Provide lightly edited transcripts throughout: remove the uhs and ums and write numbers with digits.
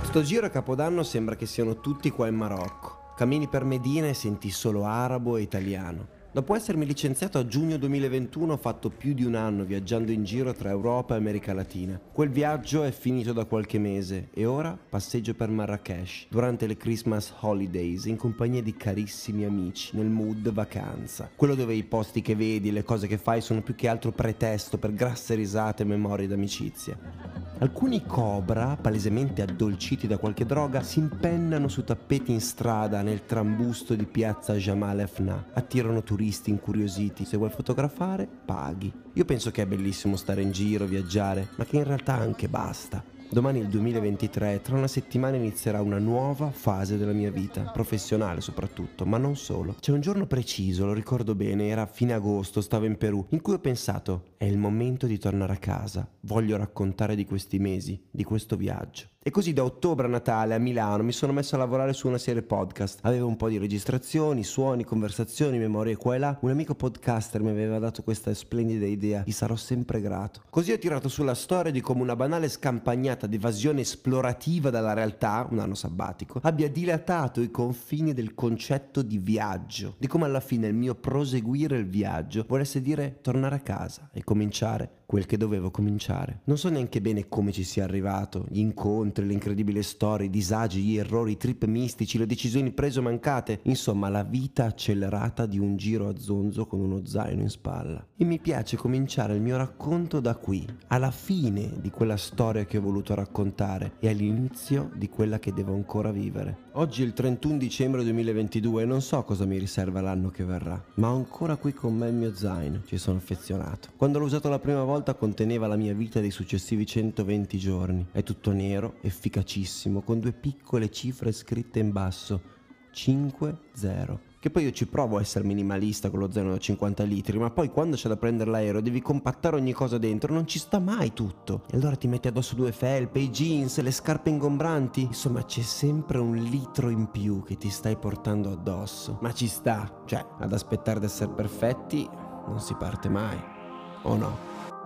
Sto giro a Capodanno sembra che siano tutti qua in Marocco. Cammini per Medina e senti solo arabo e italiano. Dopo essermi licenziato a giugno 2021 ho fatto più di un anno viaggiando in giro tra Europa e America Latina. Quel viaggio è finito da qualche mese e ora passeggio per Marrakesh durante le Christmas Holidays in compagnia di carissimi amici nel mood vacanza. Quello dove i posti che vedi e le cose che fai sono più che altro pretesto per grasse risate e memorie d'amicizia. Alcuni cobra, palesemente addolciti da qualche droga, si impennano su tappeti in strada nel trambusto di piazza Jamal Efna. Attirano turisti incuriositi. Se vuoi fotografare, paghi. Io penso che è bellissimo stare in giro, viaggiare, ma che in realtà anche basta. Domani è il 2023 e tra una settimana inizierà una nuova fase della mia vita, professionale soprattutto, ma non solo. C'è un giorno preciso, lo ricordo bene, era fine agosto, stavo in Perù, in cui ho pensato, è il momento di tornare a casa, voglio raccontare di questi mesi, di questo viaggio. E così da ottobre a Natale a Milano mi sono messo a lavorare su una serie podcast. Avevo un po' di registrazioni, suoni, conversazioni, memorie qua e là. Un amico podcaster mi aveva dato questa splendida idea, gli sarò sempre grato. Così ho tirato sulla storia di come una banale scampagnata d'evasione esplorativa dalla realtà, un anno sabbatico, abbia dilatato i confini del concetto di viaggio. Di come alla fine il mio proseguire il viaggio volesse dire tornare a casa e cominciare quel che dovevo cominciare. Non so neanche bene come ci sia arrivato, gli incontri, le incredibili storie, i disagi, gli errori, i trip mistici, le decisioni prese o mancate, insomma la vita accelerata di un giro a zonzo con uno zaino in spalla. E mi piace cominciare il mio racconto da qui, alla fine di quella storia che ho voluto raccontare e all'inizio di quella che devo ancora vivere. Oggi è il 31 dicembre 2022 e non so cosa mi riserva l'anno che verrà, ma ho ancora qui con me il mio zaino, ci sono affezionato. Quando l'ho usato la prima volta conteneva la mia vita dei successivi 120 giorni. È tutto nero, efficacissimo, con due piccole cifre scritte in basso: 5-0. Che poi io ci provo a essere minimalista con lo zaino da 50 litri, ma poi quando c'è da prendere l'aereo devi compattare ogni cosa dentro, non ci sta mai tutto. E allora ti metti addosso due felpe, i jeans, le scarpe ingombranti. Insomma c'è sempre un litro in più che ti stai portando addosso. Ma ci sta, cioè ad aspettare di essere perfetti non si parte mai, o no?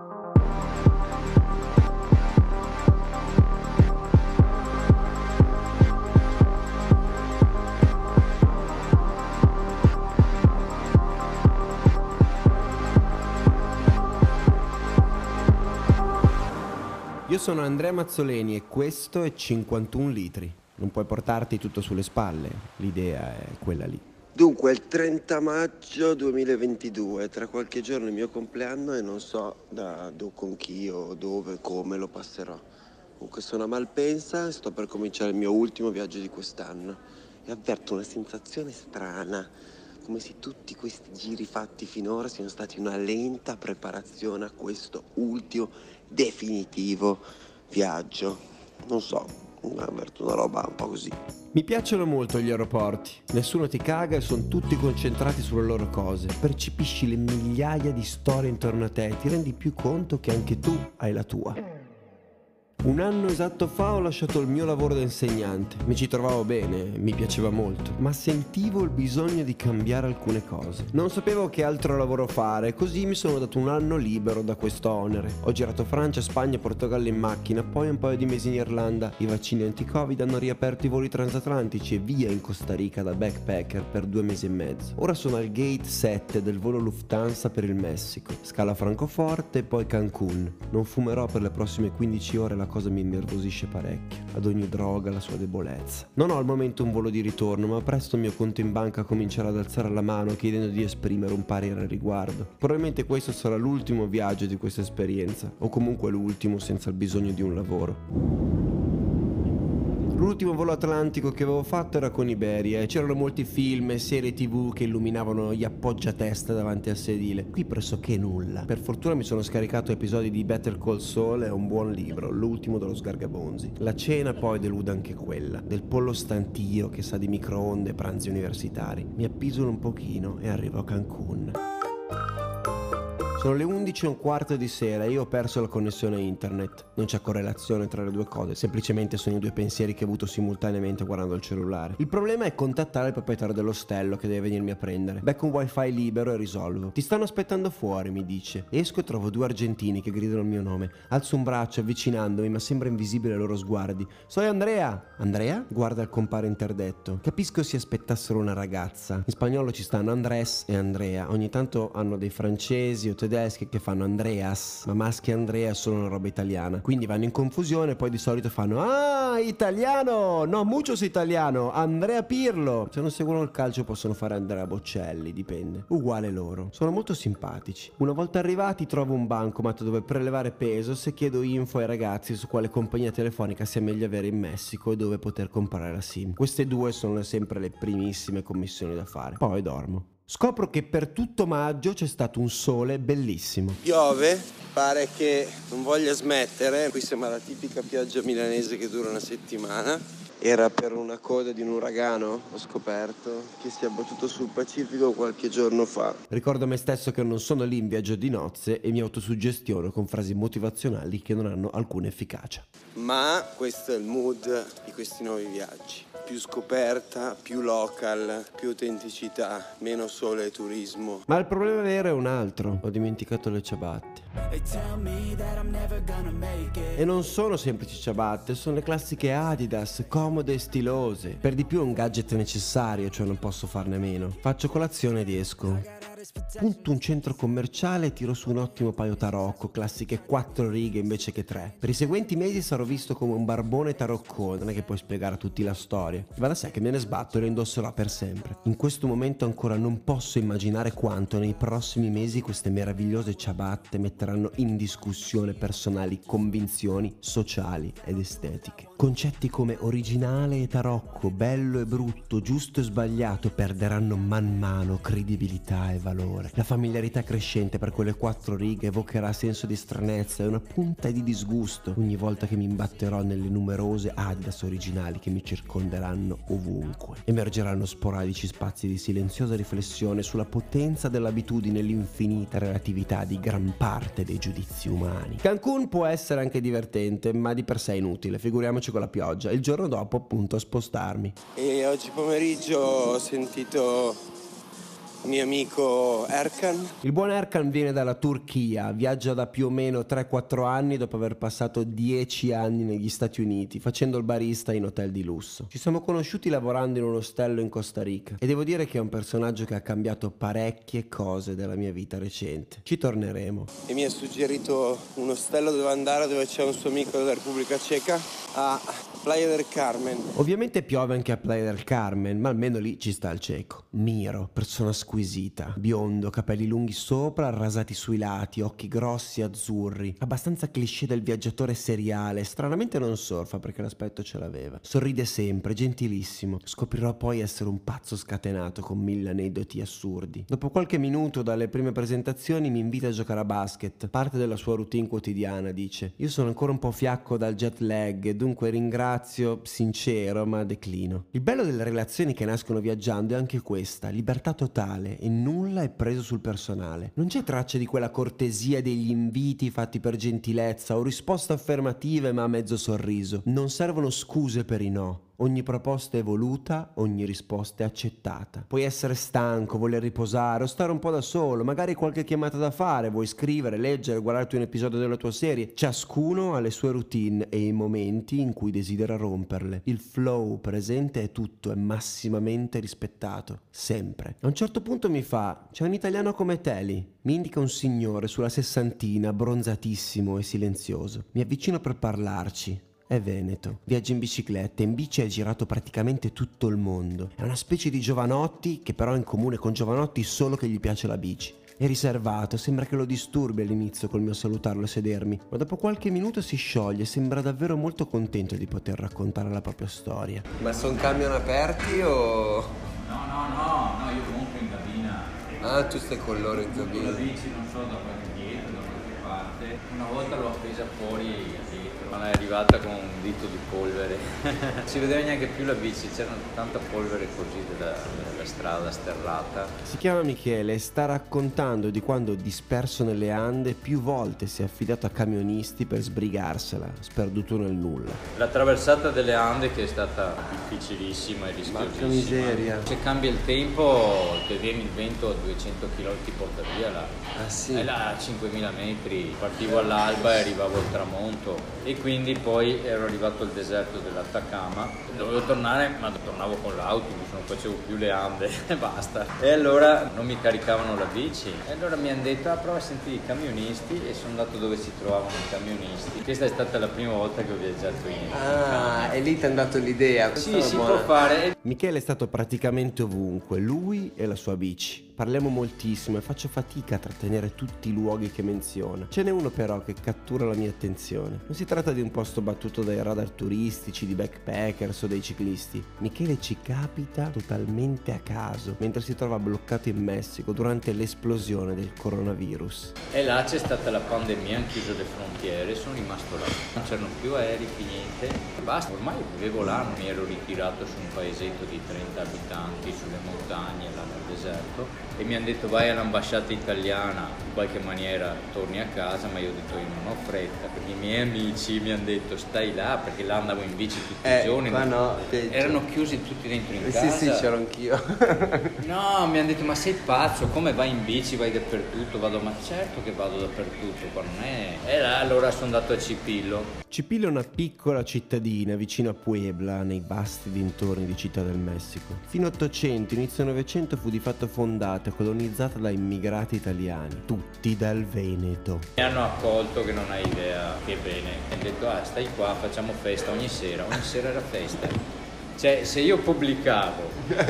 Io sono Andrea Mazzoleni e questo è 51 litri. Non puoi portarti tutto sulle spalle, l'idea è quella lì. Dunque, è il 30 maggio 2022, tra qualche giorno è il mio compleanno e non so con chi o dove, come lo passerò. Comunque sono a Malpensa e sto per cominciare il mio ultimo viaggio di quest'anno e avverto una sensazione strana, come se tutti questi giri fatti finora siano stati una lenta preparazione a questo ultimo definitivo viaggio. Non so, avverto una roba un po' così. Mi piacciono molto gli aeroporti, nessuno ti caga e sono tutti concentrati sulle loro cose. Percepisci le migliaia di storie intorno a te e ti rendi più conto che anche tu hai la tua. Un anno esatto fa ho lasciato il mio lavoro da insegnante. Mi ci trovavo bene, mi piaceva molto, ma sentivo il bisogno di cambiare alcune cose. Non sapevo che altro lavoro fare, così mi sono dato un anno libero da questo onere. Ho girato Francia, Spagna, Portogallo in macchina, poi un paio di mesi in Irlanda. I vaccini anti-Covid hanno riaperto i voli transatlantici e via in Costa Rica da backpacker per 2 mesi e mezzo. Ora sono al gate 7 del volo Lufthansa per il Messico. Scala Francoforte e poi Cancun. Non fumerò per le prossime 15 ore, la cosa mi innervosisce parecchio. Ad ogni droga la sua debolezza. Non ho al momento un volo di ritorno, ma presto il mio conto in banca comincerà ad alzare la mano chiedendo di esprimere un parere al riguardo. Probabilmente questo sarà l'ultimo viaggio di questa esperienza, o comunque l'ultimo senza il bisogno di un lavoro. L'ultimo volo atlantico che avevo fatto era con Iberia e c'erano molti film e serie TV che illuminavano gli appoggiatesta davanti al sedile. Qui pressoché nulla. Per fortuna mi sono scaricato episodi di Better Call Saul e un buon libro, l'ultimo dello Sgargabonzi. La cena poi delude anche quella, del pollo stantio che sa di microonde e pranzi universitari. Mi appisolo un pochino e arrivo a Cancun. Sono le 11:15 di sera e io ho perso la connessione a internet. Non c'è correlazione tra le due cose, semplicemente sono i due pensieri che ho avuto simultaneamente guardando il cellulare. Il problema è contattare il proprietario dell'ostello che deve venirmi a prendere. Becco un wifi libero e risolvo. Ti stanno aspettando fuori, mi dice. Esco e trovo due argentini che gridano il mio nome. Alzo un braccio avvicinandomi, ma sembra invisibile ai loro sguardi. Sono Andrea! Andrea? Guarda il compare interdetto. Capisco si aspettassero una ragazza. In spagnolo ci stanno Andrés e Andrea. Ogni tanto hanno dei francesi o tedeschi che fanno Andreas, ma maschi e Andrea è solo una roba italiana. Quindi vanno in confusione e poi di solito fanno ah, italiano! No, muchos italiano! Andrea Pirlo! Se non seguono il calcio possono fare Andrea Bocelli, dipende. Uguale loro. Sono molto simpatici. Una volta arrivati trovo un bancomat dove prelevare peso se chiedo info ai ragazzi su quale compagnia telefonica sia meglio avere in Messico e dove poter comprare la SIM. Queste due sono sempre le primissime commissioni da fare. Poi dormo. Scopro che per tutto maggio c'è stato un sole bellissimo. Piove, pare che non voglia smettere. Qui sembra la tipica pioggia milanese che dura una settimana. Era per una coda di un uragano, ho scoperto, che si è abbattuto sul Pacifico qualche giorno fa. Ricordo a me stesso che non sono lì in viaggio di nozze e mi autosuggestiono con frasi motivazionali che non hanno alcuna efficacia. Ma questo è il mood di questi nuovi viaggi. Più scoperta, più local, più autenticità, meno sole e turismo. Ma il problema vero è un altro. Ho dimenticato le ciabatte. E non sono semplici ciabatte, sono le classiche Adidas, comode e stilose. Per di più è un gadget necessario, cioè non posso farne a meno. Faccio colazione ed esco. Punto un centro commerciale e tiro su un ottimo paio tarocco, classiche 4 righe invece che 3. Per i seguenti mesi sarò visto come un barbone taroccone, non è che puoi spiegare a tutti la storia. Va da sé che me ne sbatto e lo indosserò per sempre. In questo momento ancora non posso immaginare quanto nei prossimi mesi queste meravigliose ciabatte metteranno in discussione personali convinzioni sociali ed estetiche. Concetti come originale e tarocco, bello e brutto, giusto e sbagliato perderanno man mano credibilità e valore. La familiarità crescente per quelle 4 righe evocherà senso di stranezza e una punta di disgusto ogni volta che mi imbatterò nelle numerose Adidas originali che mi circonderanno ovunque. Emergeranno sporadici spazi di silenziosa riflessione sulla potenza dell'abitudine e l'infinita relatività di gran parte dei giudizi umani. Cancun può essere anche divertente, ma di per sé inutile, figuriamoci con la pioggia. Il giorno dopo appunto a spostarmi. E oggi pomeriggio ho sentito mio amico Erkan. Il buon Erkan viene dalla Turchia, viaggia da più o meno 3-4 anni dopo aver passato 10 anni negli Stati Uniti facendo il barista in hotel di lusso. Ci siamo conosciuti lavorando in un ostello in Costa Rica e devo dire che è un personaggio che ha cambiato parecchie cose della mia vita recente. Ci torneremo. E mi ha suggerito un ostello dove andare, dove c'è un suo amico della Repubblica Ceca, a Playa del Carmen. Ovviamente piove anche a Playa del Carmen, ma almeno lì ci sta il cieco. Miro, persona squisita, biondo, capelli lunghi sopra, rasati sui lati, occhi grossi azzurri, abbastanza cliché del viaggiatore seriale. Stranamente non surfa perché l'aspetto ce l'aveva. Sorride sempre, gentilissimo. Scoprirò poi essere un pazzo scatenato con 1000 aneddoti assurdi. Dopo qualche minuto dalle prime presentazioni mi invita a giocare a basket. Parte della sua routine quotidiana, dice. Io sono ancora un po' fiacco dal jet lag e dunque ringrazio sincero, ma declino. Il bello delle relazioni che nascono viaggiando è anche questa, libertà totale e nulla è preso sul personale. Non c'è traccia di quella cortesia degli inviti fatti per gentilezza o risposte affermative ma a mezzo sorriso. Non servono scuse per i no. Ogni proposta è voluta, ogni risposta è accettata. Puoi essere stanco, voler riposare o stare un po' da solo, magari qualche chiamata da fare, vuoi scrivere, leggere, guardarti un episodio della tua serie. Ciascuno ha le sue routine e i momenti in cui desidera romperle. Il flow presente è tutto, è massimamente rispettato, sempre. A un certo punto mi fa: c'è un italiano come te lì. Mi indica un signore sulla sessantina, bronzatissimo e silenzioso. Mi avvicino per parlarci. È veneto, viaggia in bicicletta, in bici ha girato praticamente tutto il mondo. È una specie di Giovanotti che però ha in comune con Giovanotti solo che gli piace la bici. È riservato, sembra che lo disturbi all'inizio col mio salutarlo e sedermi, ma dopo qualche minuto si scioglie, sembra davvero molto contento di poter raccontare la propria storia. Ma sono camion aperti o... No, io monto in cabina. Ah, tu stai con loro in cabina. La bici non so da qualche dietro, da qualche parte. Una volta l'ho appesa fuori dietro, ma la arrivata con un dito di polvere, non si vedeva neanche più la bici, c'era tanta polvere così della strada sterrata. Si chiama Michele e sta raccontando di quando, disperso nelle Ande, più volte si è affidato a camionisti per sbrigarsela, sperduto nel nulla. La traversata delle Ande che è stata difficilissima e rischiosissima. Porca miseria. Se cambia il tempo, te viene il vento a 200 km ti porta via là. Ah sì? E là a 5000 metri, partivo all'alba e arrivavo al tramonto e quindi poi ero arrivato al deserto dell'Atacama, dovevo tornare ma tornavo con l'autobus, non facevo più le Ande e basta. E allora non mi caricavano la bici e allora mi hanno detto prova a sentire i camionisti e sono andato dove si trovavano i camionisti. Questa è stata la prima volta che ho viaggiato in Ah, e lì ti è andato l'idea. Sì, si può fare. Michele è stato praticamente ovunque, lui e la sua bici. Parliamo moltissimo e faccio fatica a trattenere tutti i luoghi che menziona. Ce n'è uno però che cattura la mia attenzione. Non si tratta di un posto battuto dai radar turistici, di backpackers o dei ciclisti. Michele ci capita totalmente a caso, mentre si trova bloccato in Messico durante l'esplosione del coronavirus. E là c'è stata la pandemia, hanno chiuso le frontiere, sono rimasto là. Non c'erano più aerei, più niente. Basta, ormai vivevo là, non mi ero ritirato su un paesetto di 30 abitanti, sulle montagne, là nel deserto. E mi hanno detto vai all'ambasciata italiana, in qualche maniera torni a casa, ma io ho detto io non ho fretta, perché i miei amici mi hanno detto stai là, perché là andavo in bici tutti i giorni, qua no, erano chiusi tutti dentro in casa. Sì, c'ero anch'io. No, mi hanno detto ma sei pazzo, come vai in bici, vai dappertutto? Vado, ma certo che vado dappertutto, qua non è. E là allora sono andato a Cipillo. Cipillo è una piccola cittadina vicino a Puebla, nei vasti dintorni di Città del Messico. Fino all'800, inizio Novecento fu di fatto fondata e colonizzata da immigrati italiani, tutti dal Veneto. Mi hanno accolto che non hai idea, che bene. Mi hanno detto stai qua, facciamo festa ogni sera era festa. Cioè se io pubblicavo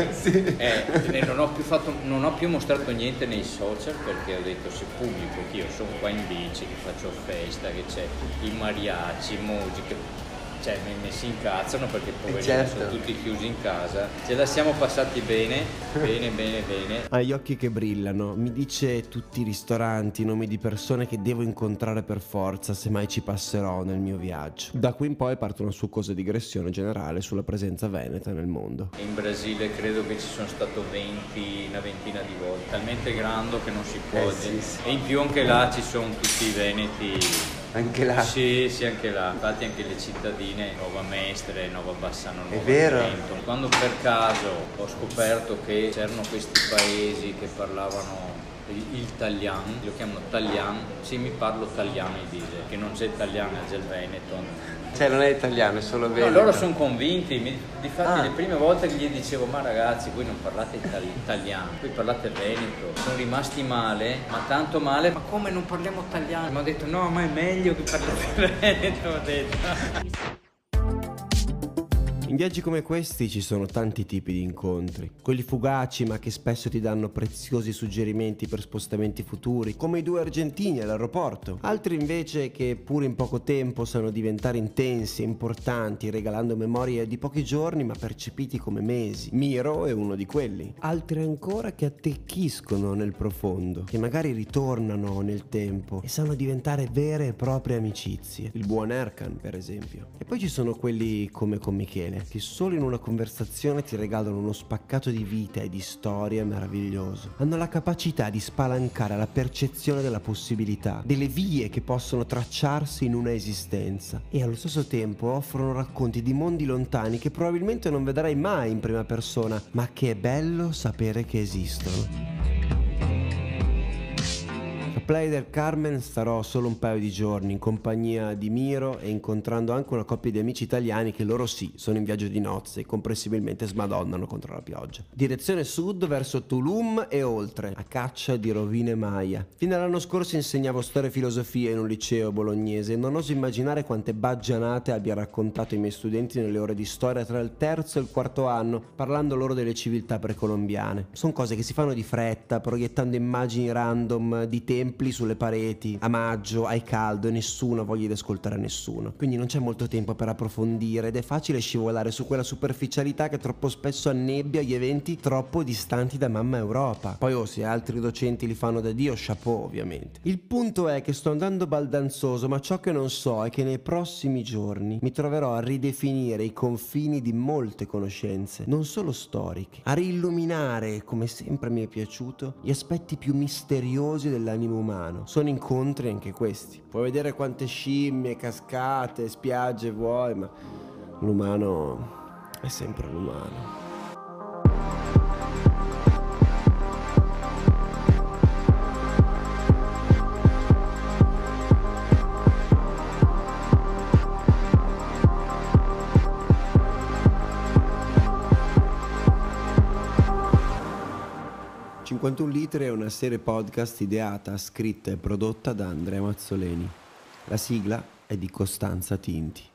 non ho più mostrato niente nei social perché ho detto se pubblico che io sono qua in bici, che faccio festa, che c'è i mariachi, musica, cioè mi si incazzano perché poverini sono tutti chiusi in casa. Ce la siamo passati bene. Ha gli occhi che brillano, mi dice tutti i ristoranti, nomi di persone che devo incontrare per forza se mai ci passerò nel mio viaggio. Da qui in poi parte una succosa digressione generale sulla presenza veneta nel mondo. In Brasile credo che ci sono stato una ventina di volte, talmente grande che non si può. Sì. E in più anche là ci sono tutti i veneti. Anche là? Sì, anche là. Infatti anche le cittadine, Nova Mestre, Nova Bassano, Nuova vero? Trento. Quando per caso ho scoperto che c'erano questi paesi che parlavano il tagliano, lo chiamano tagliano, sì mi parlo tagliano e dice che non c'è tagliano, c'è il Veneto. Cioè non è italiano, è solo veneto. No, loro sono convinti, difatti le prime volte che gli dicevo ma ragazzi voi non parlate italiano, voi parlate veneto, sono rimasti male, ma tanto male, ma come non parliamo italiano? Mi hanno detto no ma è meglio che parliate veneto, ho detto. In viaggi come questi ci sono tanti tipi di incontri, quelli fugaci ma che spesso ti danno preziosi suggerimenti per spostamenti futuri, come i due argentini all'aeroporto, altri invece che pur in poco tempo sanno diventare intensi e importanti, regalando memorie di pochi giorni ma percepiti come mesi. Miro è uno di quelli, altri ancora che attecchiscono nel profondo, che magari ritornano nel tempo e sanno diventare vere e proprie amicizie, il buon Erkan per esempio. E poi ci sono quelli come con Michele, che solo in una conversazione ti regalano uno spaccato di vita e di storia meraviglioso. Hanno la capacità di spalancare la percezione della possibilità, delle vie che possono tracciarsi in una esistenza, e allo stesso tempo offrono racconti di mondi lontani che probabilmente non vedrai mai in prima persona, ma che è bello sapere che esistono. A Playa del Carmen starò solo un paio di giorni in compagnia di Miro e incontrando anche una coppia di amici italiani che loro sì, sono in viaggio di nozze e comprensibilmente smadonnano contro la pioggia. Direzione sud verso Tulum e oltre, a caccia di rovine Maya. Fino all'anno scorso insegnavo storia e filosofia in un liceo bolognese e non oso immaginare quante baggianate abbia raccontato ai miei studenti nelle ore di storia tra il terzo e il quarto anno, parlando loro delle civiltà precolombiane. Sono cose che si fanno di fretta, proiettando immagini random di tempo templi sulle pareti, a maggio, hai caldo e nessuno ha voglia di ascoltare nessuno. Quindi non c'è molto tempo per approfondire ed è facile scivolare su quella superficialità che troppo spesso annebbia gli eventi troppo distanti da mamma Europa. Poi se altri docenti li fanno da Dio, chapeau ovviamente. Il punto è che sto andando baldanzoso, ma ciò che non so è che nei prossimi giorni mi troverò a ridefinire i confini di molte conoscenze, non solo storiche, a riilluminare, come sempre mi è piaciuto, gli aspetti più misteriosi dell'animo umano. Sono incontri anche questi. Puoi vedere quante scimmie, cascate, spiagge vuoi, ma l'umano è sempre l'umano. «51 litri» è una serie podcast ideata, scritta e prodotta da Andrea Mazzoleni. La sigla è di Costanza Tinti.